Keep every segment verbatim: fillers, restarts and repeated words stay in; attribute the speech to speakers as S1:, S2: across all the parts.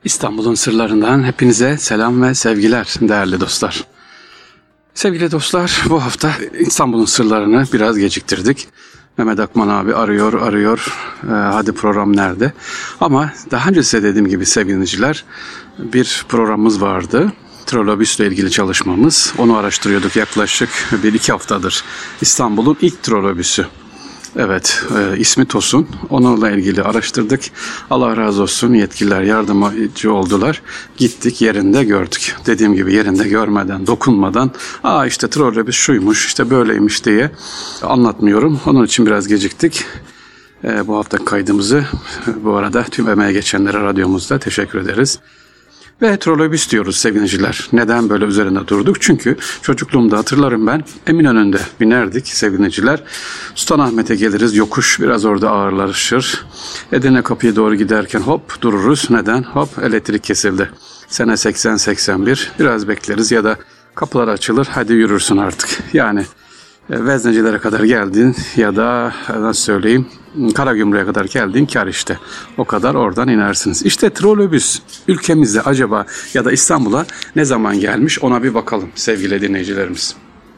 S1: İstanbul'un sırlarından hepinize selam ve sevgiler değerli dostlar. Sevgili dostlar, bu hafta İstanbul'un sırlarını biraz geciktirdik. Mehmet Akman abi arıyor arıyor ee, hadi program nerede? Ama daha önce size dediğim gibi sevgili dinleyiciler, bir programımız vardı. Trolobüsle ilgili çalışmamız. Onu araştırıyorduk yaklaşık bir iki haftadır. İstanbul'un ilk trolobüsü. Evet, e, ismi Tosun. Onunla ilgili araştırdık. Allah razı olsun, yetkililer yardımcı oldular. Gittik, yerinde gördük. Dediğim gibi yerinde görmeden, dokunmadan, aa işte trolobüs şuymuş, işte böyleymiş diye anlatmıyorum. Onun için biraz geciktik. E, bu hafta kaydımızı bu arada tüm emeğe geçenlere radyomuzda teşekkür ederiz. Ve trolobüs diyoruz sevgiliciler. Neden böyle üzerinde durduk? Çünkü çocukluğumda hatırlarım ben, Eminönü'nde binerdik sevgiliciler. Sultanahmet'e geliriz, yokuş biraz orada ağırlaşır. Edirne Kapı'ya doğru giderken hop dururuz. Neden? Hop elektrik kesildi. Sene seksen seksen bir, biraz bekleriz ya da kapılar açılır, hadi yürürsün artık. Yani Veznecilere kadar geldin ya da nasıl söyleyeyim Karagümrük'e kadar geldin kar işte. O kadar oradan inersiniz. İşte trolobüs ülkemizde acaba ya da İstanbul'a ne zaman gelmiş ona bir bakalım sevgili dinleyicilerimiz.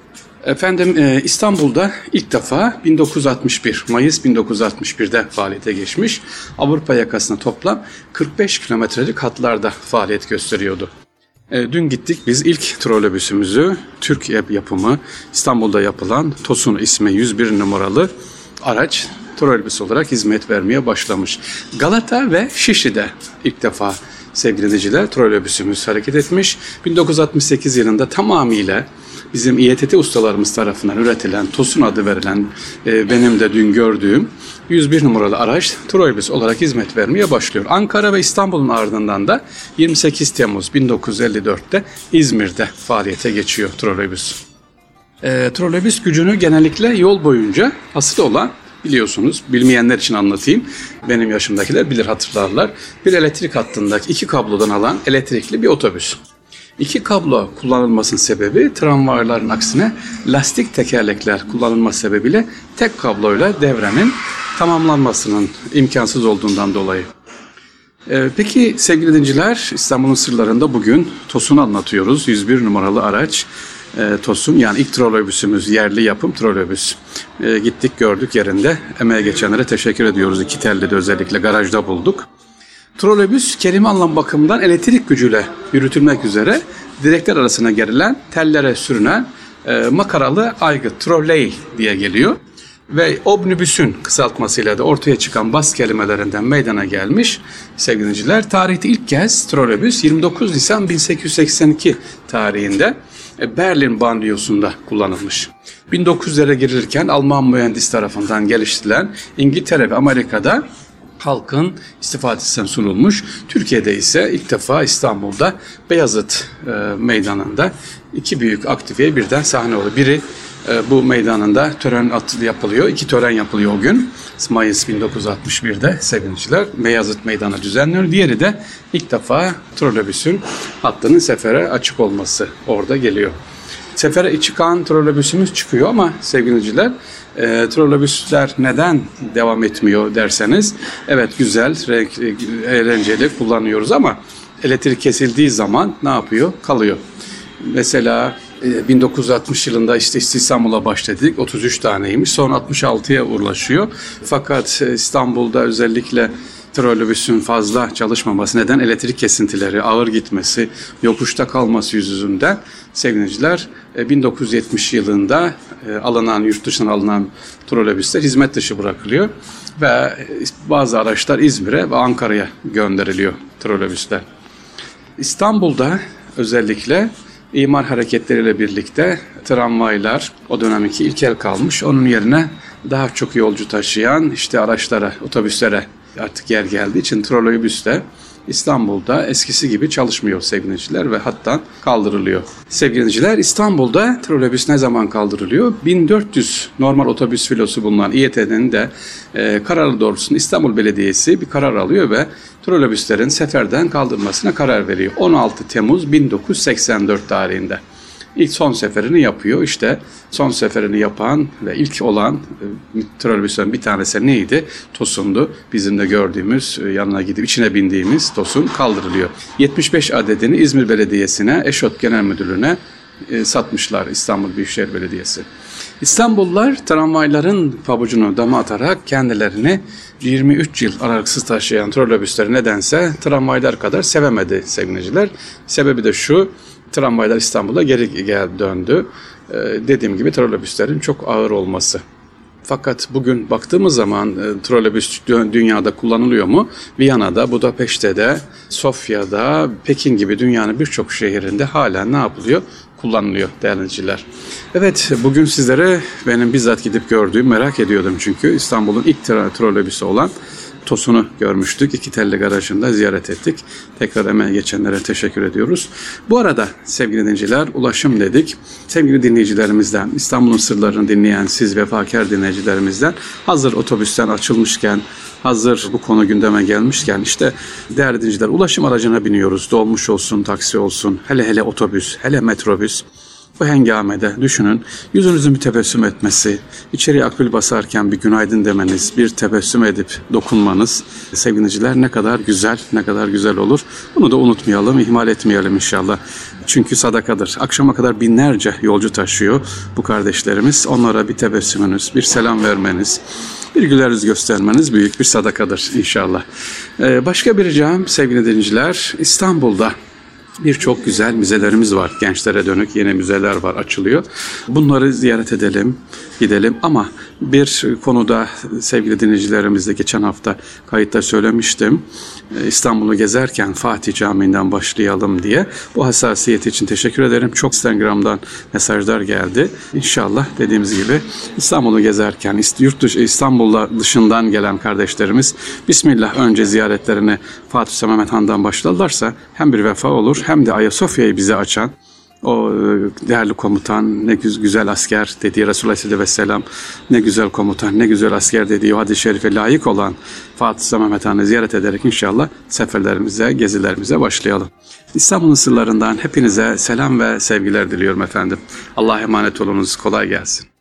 S1: Efendim İstanbul'da ilk defa bin dokuz yüz altmış bir Mayıs bin dokuz yüz altmış bir'de faaliyete geçmiş. Avrupa yakasına toplam kırk beş kilometrelik hatlarda faaliyet gösteriyordu. Dün gittik biz ilk trolobüsümüzü Türk yapımı İstanbul'da yapılan Tosun ismi yüz bir numaralı araç trolobüs olarak hizmet vermeye başlamış. Galata ve Şişli'de ilk defa sevgili dinleyiciler trolobüsümüz hareket etmiş. bin dokuz yüz altmış sekiz yılında tamamıyla bizim İ E T T ustalarımız tarafından üretilen Tosun adı verilen e, benim de dün gördüğüm yüz bir numaralı araç trolobüs olarak hizmet vermeye başlıyor. Ankara ve İstanbul'un ardından da yirmi sekiz Temmuz bin dokuz yüz elli dört'te İzmir'de faaliyete geçiyor trolobüs. E, trolobüs gücünü genellikle yol boyunca asılı olan, biliyorsunuz, bilmeyenler için anlatayım. Benim yaşımdakiler bilir, hatırlarlar. Bir elektrik hattındaki iki kablodan alan elektrikli bir otobüs. İki kablo kullanılmasının sebebi tramvayların aksine lastik tekerlekler kullanılması sebebiyle tek kabloyla devrenin tamamlanmasının imkansız olduğundan dolayı. Ee, peki sevgili dinciler, İstanbul'un sırlarında bugün Tosun'u anlatıyoruz. yüz bir numaralı araç e, Tosun, yani ilk trolobüsümüz, yerli yapım trolobüs. E, gittik gördük yerinde. Emeğe geçenlere teşekkür ediyoruz. İki telli de özellikle garajda bulduk. Trolobüs kelime anlam bakımından elektrik gücüyle yürütülmek üzere direkler arasına gerilen, tellere sürünen e, makaralı aygıt, trolley diye geliyor. Ve omnibüsün kısaltmasıyla da ortaya çıkan bas kelimelerinden meydana gelmiş sevgili dinleyiciler. Tarihte ilk kez trolobüs yirmi dokuz Nisan bin sekiz yüz seksen iki tarihinde Berlin banliyosunda kullanılmış. bin dokuz yüzlere girilirken Alman mühendis tarafından geliştirilen İngiltere ve Amerika'da halkın istifadesine sunulmuş. Türkiye'de ise ilk defa İstanbul'da Beyazıt e, meydanında iki büyük aktiviteye birden sahne oluyor. Biri e, bu meydanında tören yapılıyor. İki tören yapılıyor o gün. Mayıs bin dokuz yüz altmış bir'de sevgiliciler Beyazıt Meydanı düzenliyor. Diğeri de ilk defa trolobüsün hattının sefere açık olması orada geliyor. Sefere çıkan trolobüsümüz çıkıyor ama sevgiliciler, e, trolobüsler neden devam etmiyor derseniz, evet güzel, renk, eğlenceli kullanıyoruz ama elektrik kesildiği zaman ne yapıyor? Kalıyor. Mesela e, bin dokuz yüz altmış yılında işte İstanbul'a başladık. otuz üç taneymiş. Sonra altmış altıya ulaşıyor. Fakat İstanbul'da özellikle trolobüsün fazla çalışmaması neden elektrik kesintileri, ağır gitmesi, yokuşta kalması yüzünden sevgiliciler bin dokuz yüz yetmiş yılında alınan, yurt dışından alınan trolobüsler hizmet dışı bırakılıyor ve bazı araçlar İzmir'e ve Ankara'ya gönderiliyor trolobüsler. İstanbul'da özellikle imar hareketleriyle birlikte tramvaylar o dönemki ilkel kalmış. Onun yerine daha çok yolcu taşıyan işte araçlara, otobüslere artık yer geldiği için trolobüs de İstanbul'da eskisi gibi çalışmıyor sevgiliciler ve hattan kaldırılıyor. Sevgiliciler, İstanbul'da trolobüs ne zaman kaldırılıyor? bin dört yüz normal otobüs filosu bulunan İ E T T'nin de e, kararı doğrultusunda İstanbul Belediyesi bir karar alıyor ve trolobüslerin seferden kaldırılmasına karar veriyor. on altı Temmuz bin dokuz yüz seksen dört tarihinde. İlk son seferini yapıyor. İşte son seferini yapan ve ilk olan e, trolleybüslerin bir tanesi neydi? Tosun'du. Bizim de gördüğümüz, e, yanına gidip içine bindiğimiz Tosun kaldırılıyor. yetmiş beş adedini İzmir Belediyesi'ne, Eşot Genel Müdürlüğü'ne e, satmışlar, İstanbul Büyükşehir Belediyesi. İstanbullular tramvayların pabucunu dama atarak kendilerini yirmi üç yıl aralıksız taşıyan trolleybüsleri nedense tramvaylar kadar sevemedi sevgiliciler. Sebebi de şu: tramvaylar İstanbul'a geri gel döndü. Ee, dediğim gibi trolleybüslerin çok ağır olması. Fakat bugün baktığımız zaman e, trolleybüs dünyada kullanılıyor mu? Viyana'da, Budapeşte'de, Sofya'da, Pekin gibi dünyanın birçok şehrinde hala ne yapılıyor? Kullanılıyor değerli dinleyiciler. Evet, bugün sizlere benim bizzat gidip gördüğüm, merak ediyordum çünkü İstanbul'un ilk trolleybüsü olan Tosun'u görmüştük. İki telli garajında ziyaret ettik. Tekrar emeğe geçenlere teşekkür ediyoruz. Bu arada sevgili dinleyiciler, ulaşım dedik. Sevgili dinleyicilerimizden, İstanbul'un sırlarını dinleyen siz vefakar dinleyicilerimizden, hazır otobüsten açılmışken, hazır bu konu gündeme gelmişken, işte değerli dinleyiciler, ulaşım aracına biniyoruz. Dolmuş olsun, taksi olsun, hele hele otobüs, hele metrobüs. Bu hengamede düşünün, yüzünüzün bir tebessüm etmesi, içeriye akbil basarken bir günaydın demeniz, bir tebessüm edip dokunmanız, sevgiliciler, ne kadar güzel, ne kadar güzel olur. Bunu da unutmayalım, ihmal etmeyelim inşallah. Çünkü sadakadır. Akşama kadar binlerce yolcu taşıyor bu kardeşlerimiz. Onlara bir tebessümünüz, bir selam vermeniz, bir güler yüz göstermeniz büyük bir sadakadır inşallah. Ee, başka bir ricam sevgili dinleyiciler, İstanbul'da birçok güzel müzelerimiz var. Gençlere dönük yeni müzeler var, açılıyor. Bunları ziyaret edelim, gidelim. Ama bir konuda sevgili dinleyicilerimizle geçen hafta kayıtta söylemiştim. İstanbul'u gezerken Fatih Camii'nden başlayalım diye. Bu hassasiyet için teşekkür ederim. Çok Instagram'dan mesajlar geldi. İnşallah dediğimiz gibi İstanbul'u gezerken, yurt dışı, İstanbul'la dışından gelen kardeşlerimiz Bismillah önce ziyaretlerini Fatih Sultan Mehmet Han'dan başlarlarsa hem bir vefa olur, hem de Ayasofya'yı bize açan o değerli komutan, ne güzel asker dediği Resulullah Aleyhisselatü Vesselam, ne güzel komutan, ne güzel asker dediği o hadis-i şerife layık olan Fatih Sultan Mehmet Han'ı ziyaret ederek inşallah seferlerimize, gezilerimize başlayalım. İstanbul'un sırlarından hepinize selam ve sevgiler diliyorum efendim. Allah'a emanet olunuz, kolay gelsin.